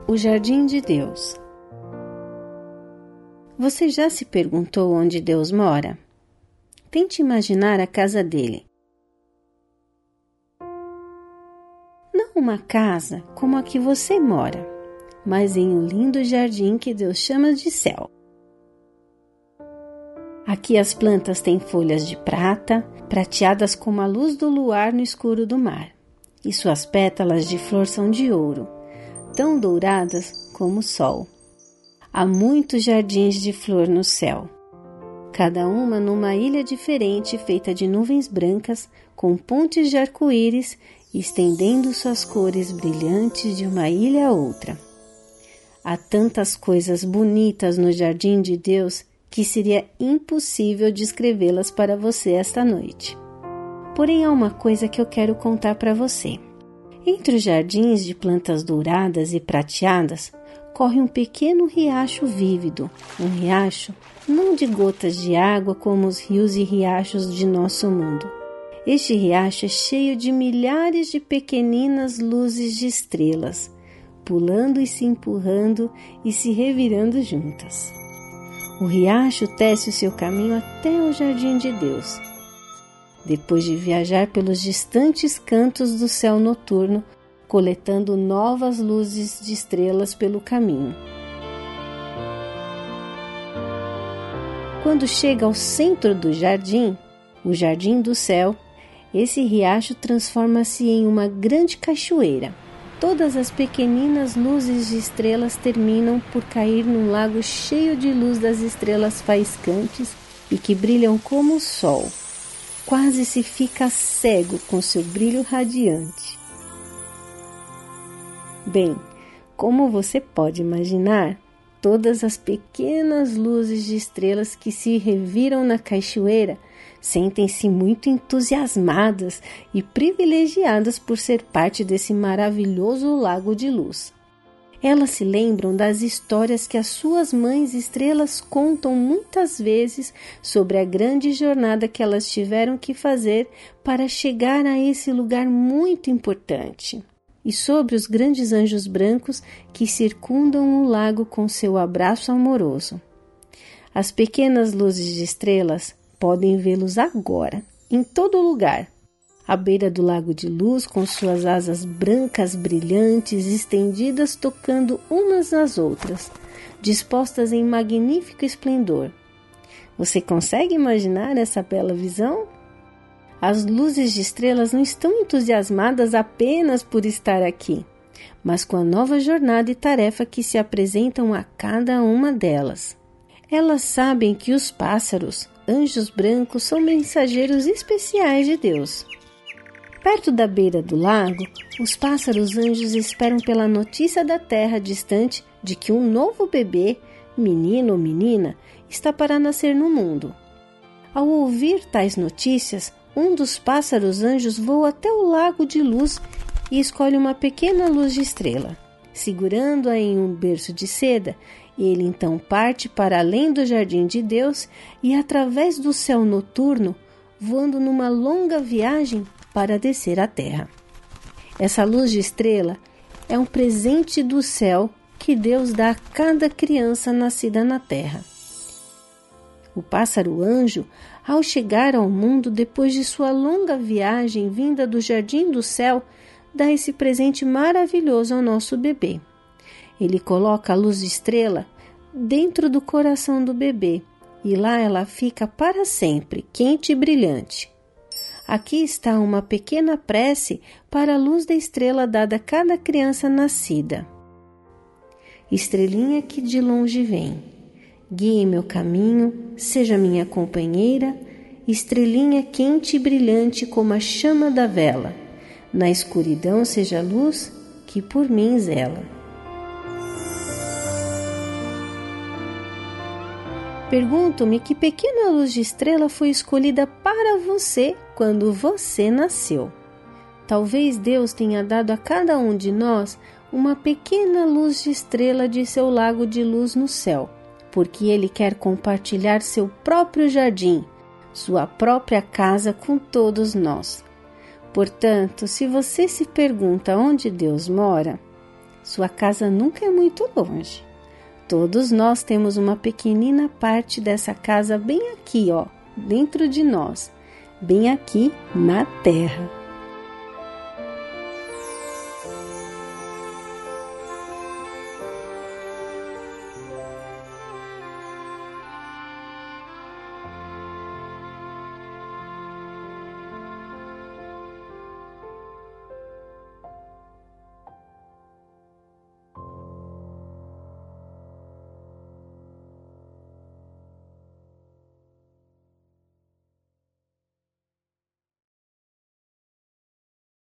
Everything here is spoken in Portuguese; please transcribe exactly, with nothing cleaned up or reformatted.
O Jardim de Deus. Você já se perguntou onde Deus mora? Tente imaginar a casa dele. Não uma casa como a que você mora, mas em um lindo jardim que Deus chama de céu. Aqui as plantas têm folhas de prata, prateadas como a luz do luar no escuro do mar, e suas pétalas de flor são de ouro, tão douradas como o sol. Há muitos jardins de flor no céu, cada uma numa ilha diferente feita de nuvens brancas com pontes de arco-íris estendendo suas cores brilhantes de uma ilha a outra. Há tantas coisas bonitas no jardim de Deus que seria impossível descrevê-las para você esta noite. Porém, há uma coisa que eu quero contar para você. Entre os jardins de plantas douradas e prateadas, corre um pequeno riacho vívido, um riacho não de gotas de água como os rios e riachos de nosso mundo. Este riacho é cheio de milhares de pequeninas luzes de estrelas, pulando e se empurrando e se revirando juntas. O riacho tece o seu caminho até o Jardim de Deus. Depois de viajar pelos distantes cantos do céu noturno, coletando novas luzes de estrelas pelo caminho. Quando chega ao centro do jardim, o Jardim do Céu, esse riacho transforma-se em uma grande cachoeira. Todas as pequeninas luzes de estrelas terminam por cair num lago cheio de luz das estrelas faiscantes e que brilham como o sol. Quase se fica cego com seu brilho radiante. Bem, como você pode imaginar, todas as pequenas luzes de estrelas que se reviram na cachoeira sentem-se muito entusiasmadas e privilegiadas por ser parte desse maravilhoso lago de luz. Elas se lembram das histórias que as suas mães estrelas contam muitas vezes sobre a grande jornada que elas tiveram que fazer para chegar a esse lugar muito importante. E sobre os grandes anjos brancos que circundam o lago com seu abraço amoroso. As pequenas luzes de estrelas podem vê-los agora, em todo lugar, à beira do lago de luz, com suas asas brancas brilhantes estendidas tocando umas nas outras, dispostas em magnífico esplendor. Você consegue imaginar essa bela visão? As luzes de estrelas não estão entusiasmadas apenas por estar aqui, mas com a nova jornada e tarefa que se apresentam a cada uma delas. Elas sabem que os pássaros, anjos brancos, são mensageiros especiais de Deus. Perto da beira do lago, os pássaros anjos esperam pela notícia da terra distante de que um novo bebê, menino ou menina, está para nascer no mundo. Ao ouvir tais notícias, um dos pássaros anjos voa até o lago de luz e escolhe uma pequena luz de estrela. Segurando-a em um berço de seda, ele então parte para além do Jardim de Deus e através do céu noturno, voando numa longa viagem para descer à terra. Essa luz de estrela é um presente do céu que Deus dá a cada criança nascida na terra. O pássaro anjo, ao chegar ao mundo depois de sua longa viagem vinda do Jardim do Céu, dá esse presente maravilhoso ao nosso bebê. Ele coloca a luz de estrela dentro do coração do bebê e lá ela fica para sempre, quente e brilhante. Aqui está uma pequena prece para a luz da estrela dada a cada criança nascida. Estrelinha que de longe vem, guie meu caminho, seja minha companheira, estrelinha quente e brilhante como a chama da vela, na escuridão seja a luz que por mim zela. Pergunto-me que pequena luz de estrela foi escolhida para você quando você nasceu. Talvez Deus tenha dado a cada um de nós uma pequena luz de estrela de seu lago de luz no céu, porque Ele quer compartilhar seu próprio jardim, sua própria casa com todos nós. Portanto, se você se pergunta onde Deus mora, Sua casa nunca é muito longe. Todos nós temos uma pequenina parte dessa casa bem aqui, ó, dentro de nós, bem aqui na Terra.